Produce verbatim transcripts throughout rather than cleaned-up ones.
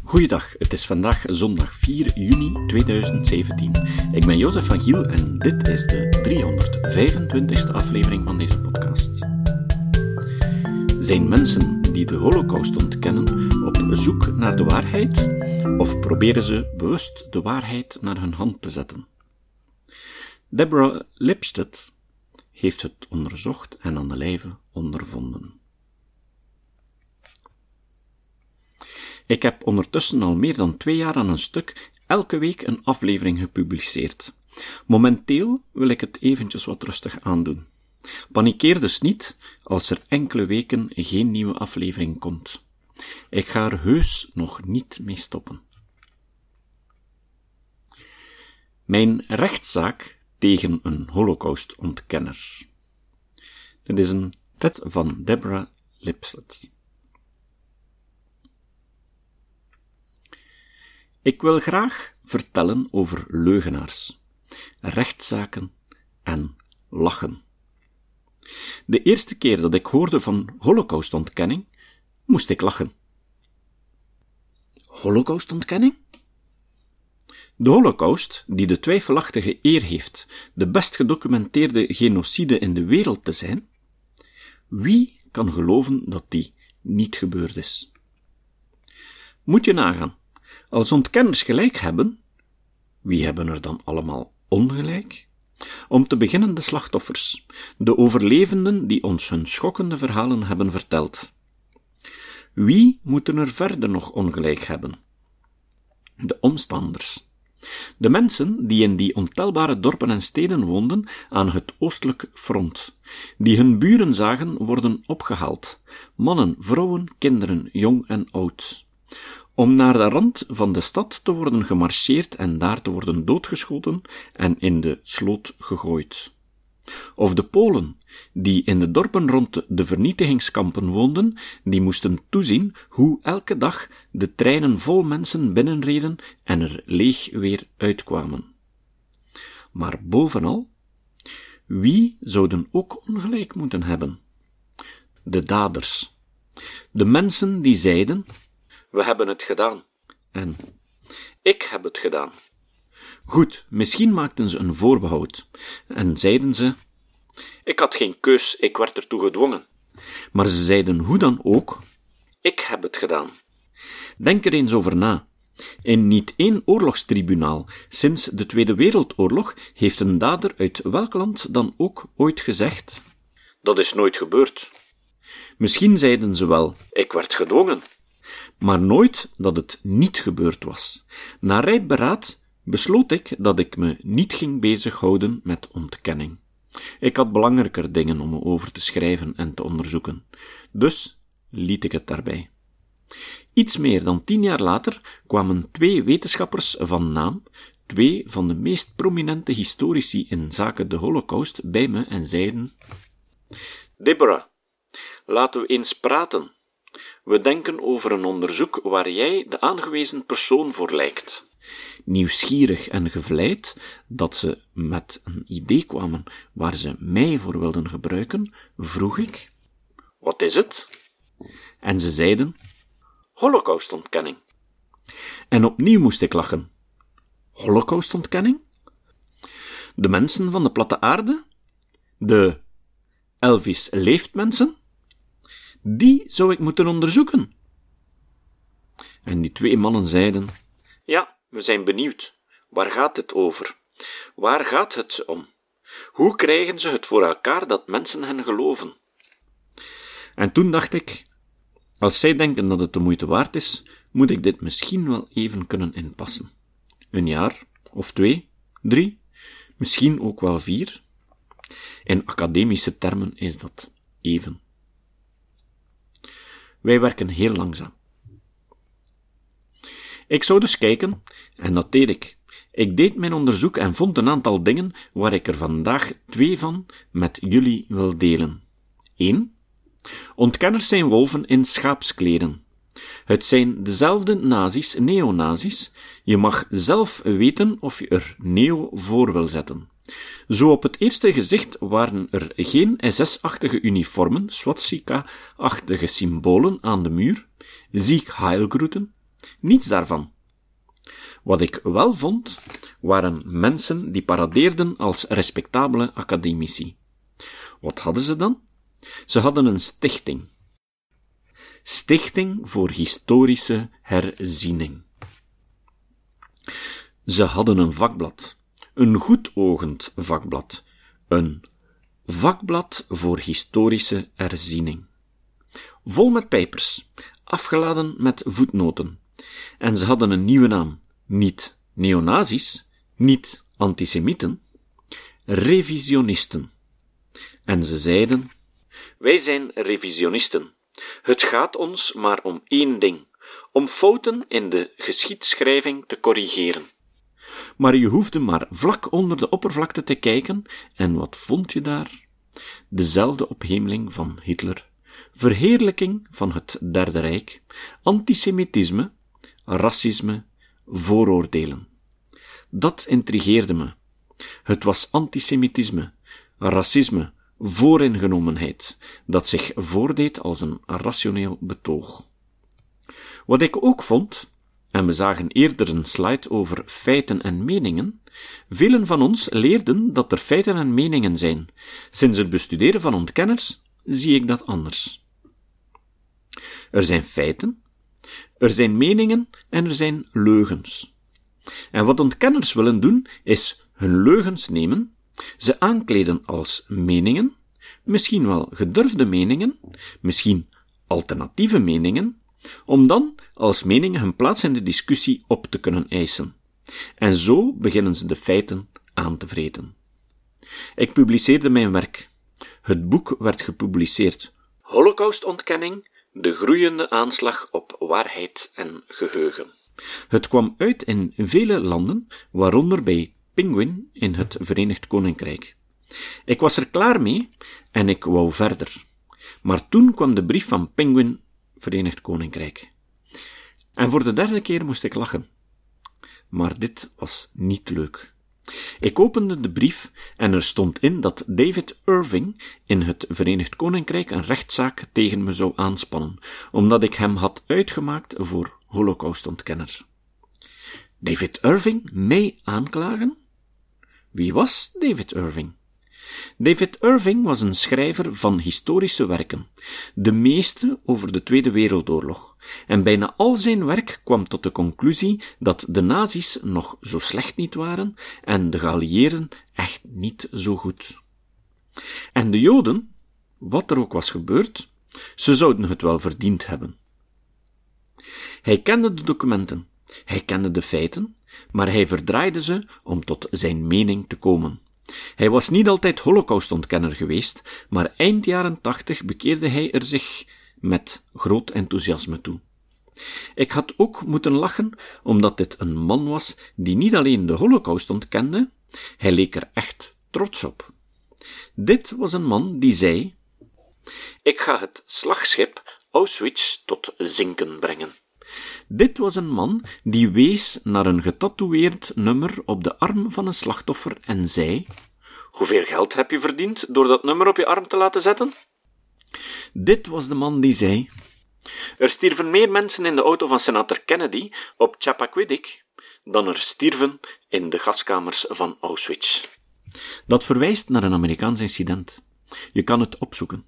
Goeiedag, het is vandaag zondag vier juni tweeduizend zeventien. Ik ben Jozef van Giel en dit is de driehonderdvijfentwintigste aflevering van deze podcast. Zijn mensen die de Holocaust ontkennen op zoek naar de waarheid, of proberen ze bewust de waarheid naar hun hand te zetten? Deborah Lipstadt heeft het onderzocht en aan de lijve ondervonden. Ik heb ondertussen al meer dan twee jaar aan een stuk elke week een aflevering gepubliceerd. Momenteel wil ik het eventjes wat rustig aandoen. Panikeer dus niet als er enkele weken geen nieuwe aflevering komt. Ik ga er heus nog niet mee stoppen. Mijn rechtszaak tegen een holocaustontkenner. Dit is een TED van Deborah Lipstadt. Ik wil graag vertellen over leugenaars, rechtszaken en lachen. De eerste keer dat ik hoorde van holocaustontkenning, moest ik lachen. Holocaustontkenning? De Holocaust, die de twijfelachtige eer heeft de best gedocumenteerde genocide in de wereld te zijn, wie kan geloven dat die niet gebeurd is? Moet je nagaan. Als ontkenners gelijk hebben, wie hebben er dan allemaal ongelijk? Om te beginnen de slachtoffers, de overlevenden die ons hun schokkende verhalen hebben verteld. Wie moeten er verder nog ongelijk hebben? De omstanders. De mensen die in die ontelbare dorpen en steden woonden aan het oostelijk front, die hun buren zagen worden opgehaald, mannen, vrouwen, kinderen, jong en oud, om naar de rand van de stad te worden gemarcheerd en daar te worden doodgeschoten en in de sloot gegooid. Of de Polen, die in de dorpen rond de vernietigingskampen woonden, die moesten toezien hoe elke dag de treinen vol mensen binnenreden en er leeg weer uitkwamen. Maar bovenal, wie zouden ook ongelijk moeten hebben? De daders. De mensen die zeiden: we hebben het gedaan. En ik heb het gedaan. Goed, misschien maakten ze een voorbehoud. En zeiden ze: ik had geen keus, ik werd ertoe gedwongen. Maar ze zeiden hoe dan ook: ik heb het gedaan. Denk er eens over na. In niet één oorlogstribunaal sinds de Tweede Wereldoorlog heeft een dader uit welk land dan ook ooit gezegd: dat is nooit gebeurd. Misschien zeiden ze wel: ik werd gedwongen. Maar nooit dat het niet gebeurd was. Na rijp beraad besloot ik dat ik me niet ging bezighouden met ontkenning. Ik had belangrijker dingen om me over te schrijven en te onderzoeken. Dus liet ik het daarbij. Iets meer dan tien jaar later kwamen twee wetenschappers van naam, twee van de meest prominente historici in zaken de Holocaust, bij me en zeiden: Deborah, laten we eens praten. We denken over een onderzoek waar jij de aangewezen persoon voor lijkt. Nieuwsgierig en gevleid dat ze met een idee kwamen waar ze mij voor wilden gebruiken, vroeg ik: wat is het? En ze zeiden: holocaustontkenning. En opnieuw moest ik lachen. Holocaustontkenning? De mensen van de platte aarde? De Elvis leeft mensen? Die zou ik moeten onderzoeken. En die twee mannen zeiden: ja, we zijn benieuwd. Waar gaat het over? Waar gaat het ze om? Hoe krijgen ze het voor elkaar dat mensen hen geloven? En toen dacht ik: als zij denken dat het de moeite waard is, moet ik dit misschien wel even kunnen inpassen. Een jaar, of twee, drie, misschien ook wel vier. In academische termen is dat even. Wij werken heel langzaam. Ik zou dus kijken, en dat deed ik. Ik deed mijn onderzoek en vond een aantal dingen waar ik er vandaag twee van met jullie wil delen. Eén. Ontkenners zijn wolven in schaapskleren. Het zijn dezelfde nazi's, neonazi's. Je mag zelf weten of je er neo voor wil zetten. Zo op het eerste gezicht waren er geen S S-achtige uniformen, swastika-achtige symbolen aan de muur, Sieg Heil-groeten, Niets daarvan. Wat ik wel vond, waren mensen die paradeerden als respectabele academici. Wat hadden ze dan? Ze hadden een stichting. Stichting voor Historische Herziening. Ze hadden een vakblad, een goedogend vakblad, een vakblad voor historische herziening. Vol met pijpers, afgeladen met voetnoten. En ze hadden een nieuwe naam, niet neonazis, niet antisemieten, revisionisten. En ze zeiden: wij zijn revisionisten. Het gaat ons maar om één ding, om fouten in de geschiedschrijving te corrigeren. Maar je hoefde maar vlak onder de oppervlakte te kijken, en wat vond je daar? Dezelfde ophemeling van Hitler, verheerlijking van het Derde Rijk, antisemitisme, racisme, vooroordelen. Dat intrigeerde me. Het was antisemitisme, racisme, vooringenomenheid, dat zich voordeed als een rationeel betoog. Wat ik ook vond, en we zagen eerder een slide over feiten en meningen, velen van ons leerden dat er feiten en meningen zijn. Sinds het bestuderen van ontkenners zie ik dat anders. Er zijn feiten, er zijn meningen en er zijn leugens. En wat ontkenners willen doen, is hun leugens nemen, ze aankleden als meningen, misschien wel gedurfde meningen, misschien alternatieve meningen, om dan als meningen hun plaats in de discussie op te kunnen eisen. En zo beginnen ze de feiten aan te vreten. Ik publiceerde mijn werk. Het boek werd gepubliceerd. Holocaustontkenning, de groeiende aanslag op waarheid en geheugen. Het kwam uit in vele landen, waaronder bij Penguin in het Verenigd Koninkrijk. Ik was er klaar mee en ik wou verder. Maar toen kwam de brief van Penguin, Verenigd Koninkrijk. En voor de derde keer moest ik lachen. Maar dit was niet leuk. Ik opende de brief en er stond in dat David Irving in het Verenigd Koninkrijk een rechtszaak tegen me zou aanspannen, omdat ik hem had uitgemaakt voor holocaustontkenner. David Irving mij aanklagen? Wie was David Irving? David Irving was een schrijver van historische werken, de meeste over de Tweede Wereldoorlog, en bijna al zijn werk kwam tot de conclusie dat de nazi's nog zo slecht niet waren en de geallieerden echt niet zo goed. En de Joden, wat er ook was gebeurd, ze zouden het wel verdiend hebben. Hij kende de documenten, hij kende de feiten, maar hij verdraaide ze om tot zijn mening te komen. Hij was niet altijd holocaustontkenner geweest, maar eind jaren tachtig bekeerde hij er zich met groot enthousiasme toe. Ik had ook moeten lachen, omdat dit een man was die niet alleen de holocaust ontkende, hij leek er echt trots op. Dit was een man die zei: ik ga het slagschip Auschwitz tot zinken brengen. Dit was een man die wees naar een getatoeëerd nummer op de arm van een slachtoffer en zei: hoeveel geld heb je verdiend door dat nummer op je arm te laten zetten? Dit was de man die zei: er stierven meer mensen in de auto van senator Kennedy op Chappaquiddick dan er stierven in de gaskamers van Auschwitz. Dat verwijst naar een Amerikaans incident. Je kan het opzoeken.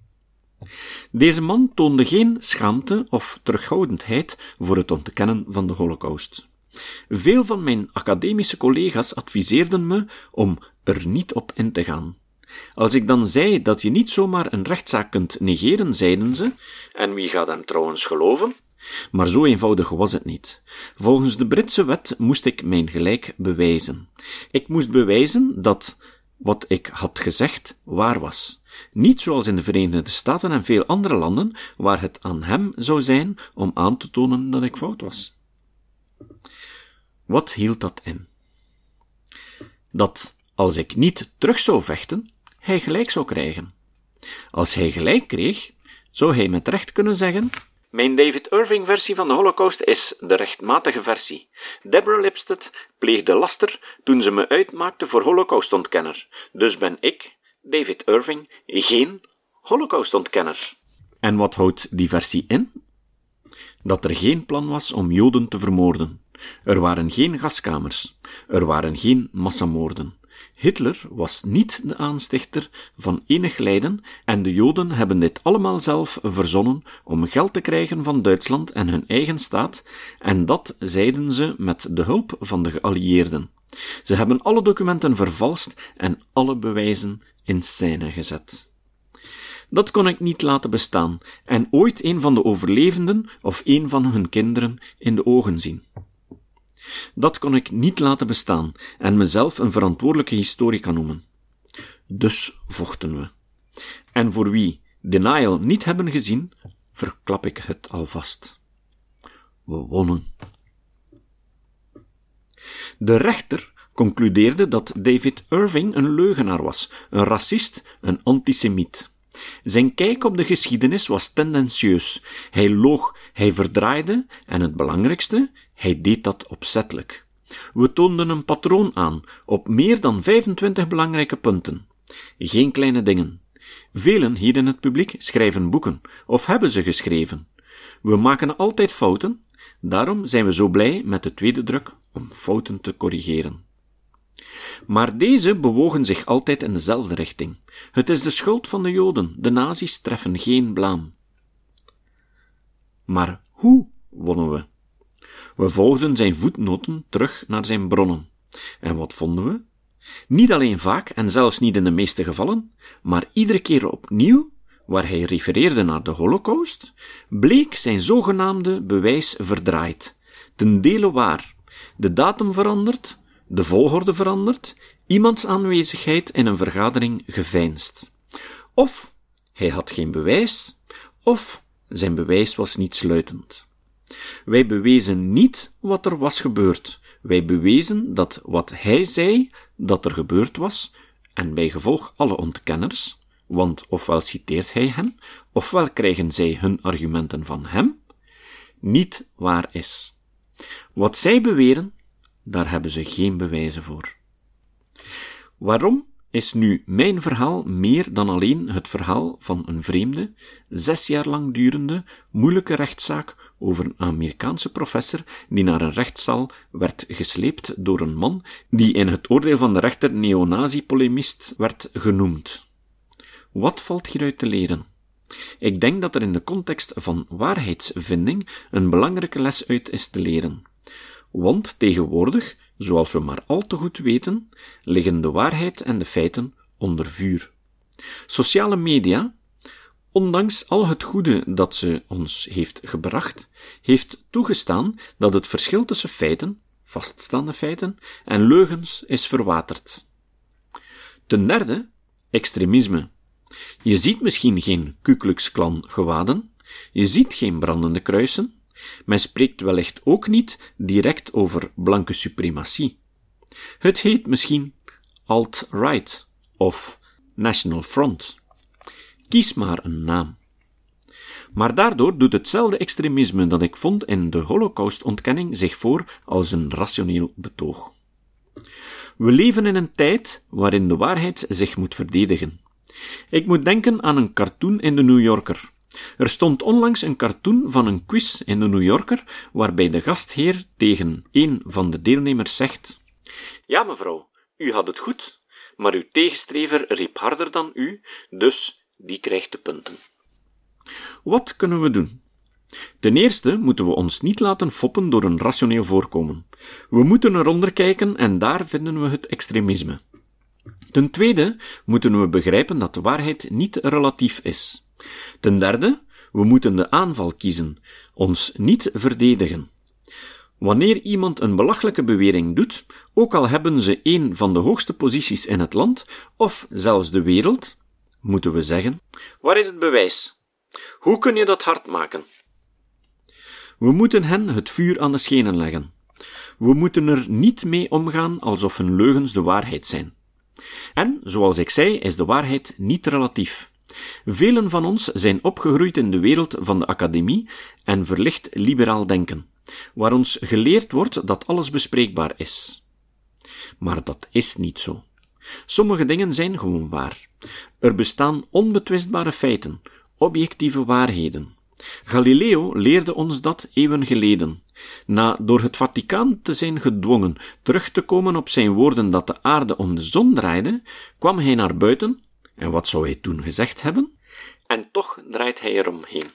Deze man toonde geen schaamte of terughoudendheid voor het ontkennen van de Holocaust. Veel van mijn academische collega's adviseerden me om er niet op in te gaan. Als ik dan zei dat je niet zomaar een rechtszaak kunt negeren, zeiden ze: en wie gaat hem trouwens geloven? Maar zo eenvoudig was het niet. Volgens de Britse wet moest ik mijn gelijk bewijzen. Ik moest bewijzen dat wat ik had gezegd waar was. Niet zoals in de Verenigde Staten en veel andere landen, waar het aan hem zou zijn om aan te tonen dat ik fout was. Wat hield dat in? Dat als ik niet terug zou vechten, hij gelijk zou krijgen. Als hij gelijk kreeg, zou hij met recht kunnen zeggen: mijn David Irving-versie van de Holocaust is de rechtmatige versie. Deborah Lipstadt pleegde laster toen ze me uitmaakte voor holocaustontkenner. Dus ben ik, David Irving, geen holocaustontkenner. En wat houdt die versie in? dat er geen plan was om Joden te vermoorden. Er waren geen gaskamers. Er waren geen massamoorden. Hitler was niet de aanstichter van enig lijden en de Joden hebben dit allemaal zelf verzonnen om geld te krijgen van Duitsland en hun eigen staat, en dat zeiden ze met de hulp van de geallieerden. Ze hebben alle documenten vervalst en alle bewijzen in scène gezet. Dat kon ik niet laten bestaan en ooit een van de overlevenden of een van hun kinderen in de ogen zien. Dat kon ik niet laten bestaan en mezelf een verantwoordelijke historica noemen. Dus vochten we. En voor wie Denial niet hebben gezien, verklap ik het alvast. We wonnen. De rechter concludeerde dat David Irving een leugenaar was, een racist, een antisemiet. Zijn kijk op de geschiedenis was tendentieus. Hij loog, hij verdraaide en het belangrijkste, hij deed dat opzettelijk. We toonden een patroon aan op meer dan vijfentwintig belangrijke punten. Geen kleine dingen. Velen hier in het publiek schrijven boeken, of hebben ze geschreven. We maken altijd fouten, daarom zijn we zo blij met de tweede druk om fouten te corrigeren. Maar deze bewogen zich altijd in dezelfde richting. Het is de schuld van de Joden, de nazi's treffen geen blaam. Maar hoe wonnen we? We volgden zijn voetnoten terug naar zijn bronnen. En wat vonden we? Niet alleen vaak, en zelfs niet in de meeste gevallen, maar iedere keer opnieuw, waar hij refereerde naar de Holocaust, bleek zijn zogenaamde bewijs verdraaid, ten dele waar, de datum veranderd, de volgorde veranderd, iemands aanwezigheid in een vergadering geveinsd. Of hij had geen bewijs, of zijn bewijs was niet sluitend. Wij bewezen niet wat er was gebeurd. Wij bewezen dat wat hij zei, dat er gebeurd was, en bij gevolg alle ontkenners, want ofwel citeert hij hen, ofwel krijgen zij hun argumenten van hem, niet waar is. Wat zij beweren, daar hebben ze geen bewijzen voor. Waarom is nu mijn verhaal meer dan alleen het verhaal van een vreemde, zes jaar lang durende, moeilijke rechtszaak over een Amerikaanse professor die naar een rechtszaal werd gesleept door een man die in het oordeel van de rechter neonazi-polemist werd genoemd? Wat valt hieruit te leren? Ik denk dat er in de context van waarheidsvinding een belangrijke les uit is te leren. Want tegenwoordig, zoals we maar al te goed weten, liggen de waarheid en de feiten onder vuur. Sociale media, ondanks al het goede dat ze ons heeft gebracht, heeft toegestaan dat het verschil tussen feiten, vaststaande feiten, en leugens is verwaterd. Ten derde, extremisme. Je ziet misschien geen Ku Klux Klan gewaden, je ziet geen brandende kruisen, men spreekt wellicht ook niet direct over blanke suprematie. Het heet misschien alt-right of National Front. Kies maar een naam. Maar daardoor doet hetzelfde extremisme dat ik vond in de Holocaust-ontkenning zich voor als een rationeel betoog. We leven in een tijd waarin de waarheid zich moet verdedigen. Ik moet denken aan een cartoon in de New Yorker. Er stond onlangs een cartoon van een quiz in de New Yorker, waarbij de gastheer tegen een van de deelnemers zegt: ja, mevrouw, u had het goed, maar uw tegenstrever riep harder dan u, dus die krijgt de punten. Wat kunnen we doen? Ten eerste moeten we ons niet laten foppen door een rationeel voorkomen. We moeten eronder kijken en daar vinden we het extremisme. Ten tweede moeten we begrijpen dat de waarheid niet relatief is. Ten derde, we moeten de aanval kiezen, ons niet verdedigen. Wanneer iemand een belachelijke bewering doet, ook al hebben ze een van de hoogste posities in het land, of zelfs de wereld, moeten we zeggen: waar is het bewijs? Hoe kun je dat hard maken? We moeten hen het vuur aan de schenen leggen. We moeten er niet mee omgaan alsof hun leugens de waarheid zijn. En, zoals ik zei, is de waarheid niet relatief. Velen van ons zijn opgegroeid in de wereld van de academie en verlicht liberaal denken, waar ons geleerd wordt dat alles bespreekbaar is. Maar dat is niet zo. Sommige dingen zijn gewoon waar. Er bestaan onbetwistbare feiten, objectieve waarheden. Galileo leerde ons dat eeuwen geleden. Na door het Vaticaan te zijn gedwongen terug te komen op zijn woorden dat de aarde om de zon draaide, kwam hij naar buiten, en wat zou hij toen gezegd hebben? En toch draait hij eromheen.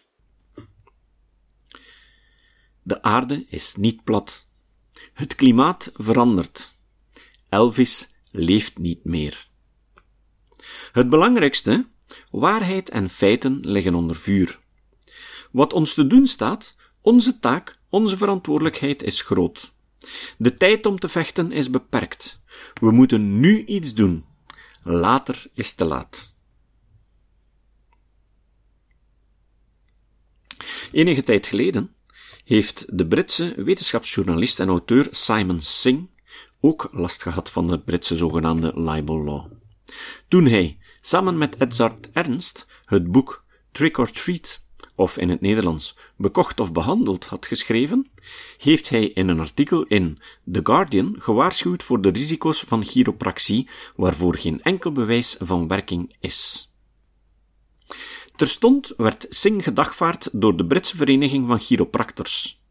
De aarde is niet plat. Het klimaat verandert. Elvis leeft niet meer. Het belangrijkste, waarheid en feiten liggen onder vuur. Wat ons te doen staat, onze taak, onze verantwoordelijkheid is groot. De tijd om te vechten is beperkt. We moeten nu iets doen. Later is te laat. Enige tijd geleden heeft de Britse wetenschapsjournalist en auteur Simon Singh ook last gehad van de Britse zogenaamde libel law. Toen hij, samen met Edzard Ernst, het boek Trick or Treat, of in het Nederlands Bekocht of Behandeld, had geschreven, heeft hij in een artikel in The Guardian gewaarschuwd voor de risico's van chiropractie, waarvoor geen enkel bewijs van werking is. Terstond werd Singh gedagvaard door de Britse Vereniging van Chiropractors.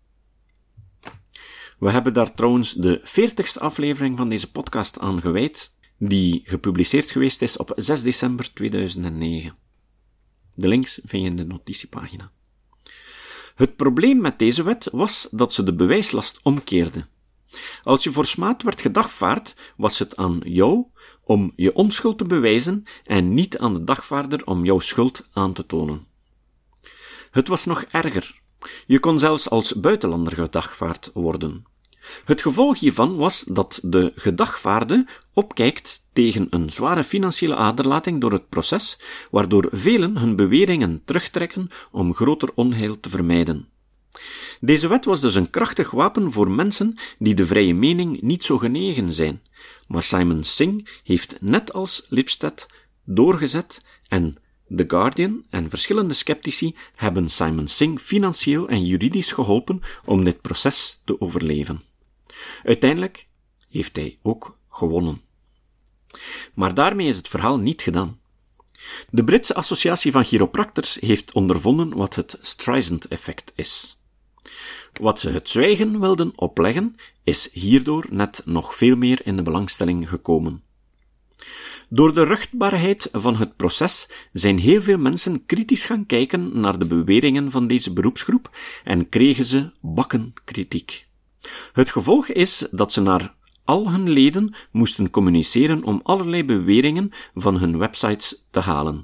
We hebben daar trouwens de veertigste aflevering van deze podcast aan gewijd, die gepubliceerd geweest is op zes december tweeduizend negen. De links vind je in de notitiepagina. Het probleem met deze wet was dat ze de bewijslast omkeerde. Als je voor smaad werd gedagvaard, was het aan jou om je onschuld te bewijzen en niet aan de dagvaarder om jouw schuld aan te tonen. Het was nog erger. Je kon zelfs als buitenlander gedagvaard worden. Het gevolg hiervan was dat de gedagvaarde opkijkt tegen een zware financiële aderlating door het proces, waardoor velen hun beweringen terugtrekken om groter onheil te vermijden. Deze wet was dus een krachtig wapen voor mensen die de vrije mening niet zo genegen zijn, maar Simon Singh heeft net als Lipstadt doorgezet en The Guardian en verschillende sceptici hebben Simon Singh financieel en juridisch geholpen om dit proces te overleven. Uiteindelijk heeft hij ook gewonnen. Maar daarmee is het verhaal niet gedaan. De Britse Associatie van Chiropractors heeft ondervonden wat het Streisand-effect is. Wat ze het zwijgen wilden opleggen, is hierdoor net nog veel meer in de belangstelling gekomen. Door de ruchtbaarheid van het proces zijn heel veel mensen kritisch gaan kijken naar de beweringen van deze beroepsgroep en kregen ze bakken kritiek. Het gevolg is dat ze naar al hun leden moesten communiceren om allerlei beweringen van hun websites te halen.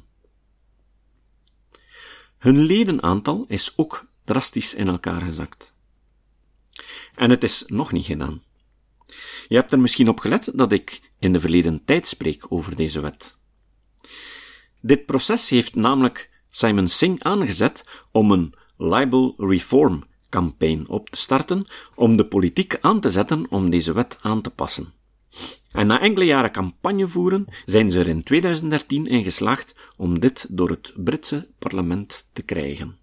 Hun ledenaantal is ook drastisch in elkaar gezakt. En het is nog niet gedaan. Je hebt er misschien op gelet dat ik in de verleden tijd spreek over deze wet. Dit proces heeft namelijk Simon Singh aangezet om een libel reform campagne op te starten om de politiek aan te zetten om deze wet aan te passen. En na enkele jaren campagne voeren, zijn ze er in tweeduizend dertien in geslaagd om dit door het Britse parlement te krijgen.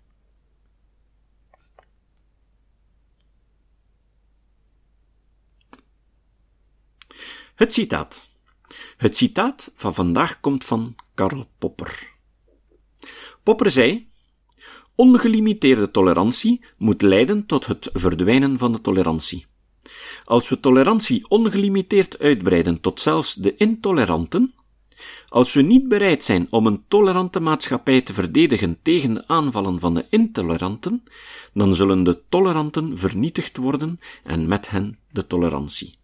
Het citaat. Het citaat van vandaag komt van Karl Popper. Popper zei: ongelimiteerde tolerantie moet leiden tot het verdwijnen van de tolerantie. Als we tolerantie ongelimiteerd uitbreiden tot zelfs de intoleranten, als we niet bereid zijn om een tolerante maatschappij te verdedigen tegen de aanvallen van de intoleranten, dan zullen de toleranten vernietigd worden en met hen de tolerantie.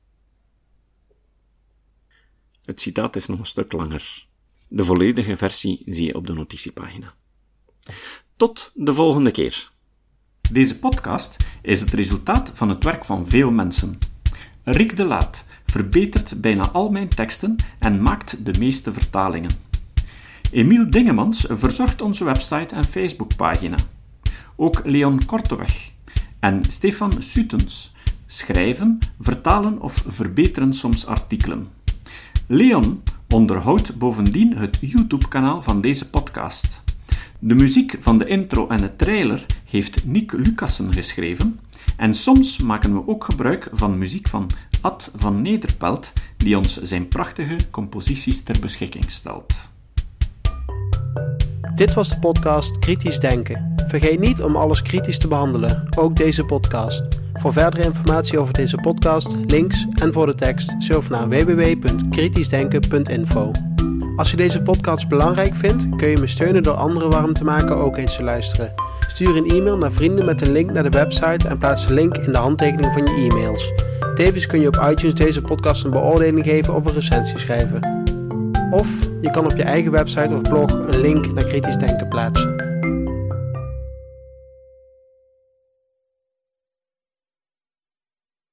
Het citaat is nog een stuk langer. De volledige versie zie je op de notitiepagina. Tot de volgende keer. Deze podcast is het resultaat van het werk van veel mensen. Rick de Laat verbetert bijna al mijn teksten en maakt de meeste vertalingen. Emiel Dingemans verzorgt onze website en Facebookpagina. Ook Leon Korteweg en Stefan Sutens schrijven, vertalen of verbeteren soms artikelen. Leon onderhoudt bovendien het YouTube-kanaal van deze podcast. De muziek van de intro en de trailer heeft Nick Lucassen geschreven en soms maken we ook gebruik van muziek van Ad van Nederpelt, die ons zijn prachtige composities ter beschikking stelt. Dit was de podcast Kritisch Denken Vergeet niet om alles kritisch te behandelen, ook deze podcast. Voor verdere informatie over deze podcast, links en voor de tekst, surf naar w w w punt kritisch denken punt info. Als je deze podcast belangrijk vindt, kun je me steunen door anderen warm te maken ook eens te luisteren. Stuur een e-mail naar vrienden met een link naar de website en plaats de link in de handtekening van je e-mails. Tevens kun je op iTunes deze podcast een beoordeling geven of een recensie schrijven. Of je kan op je eigen website of blog een link naar kritisch denken plaatsen.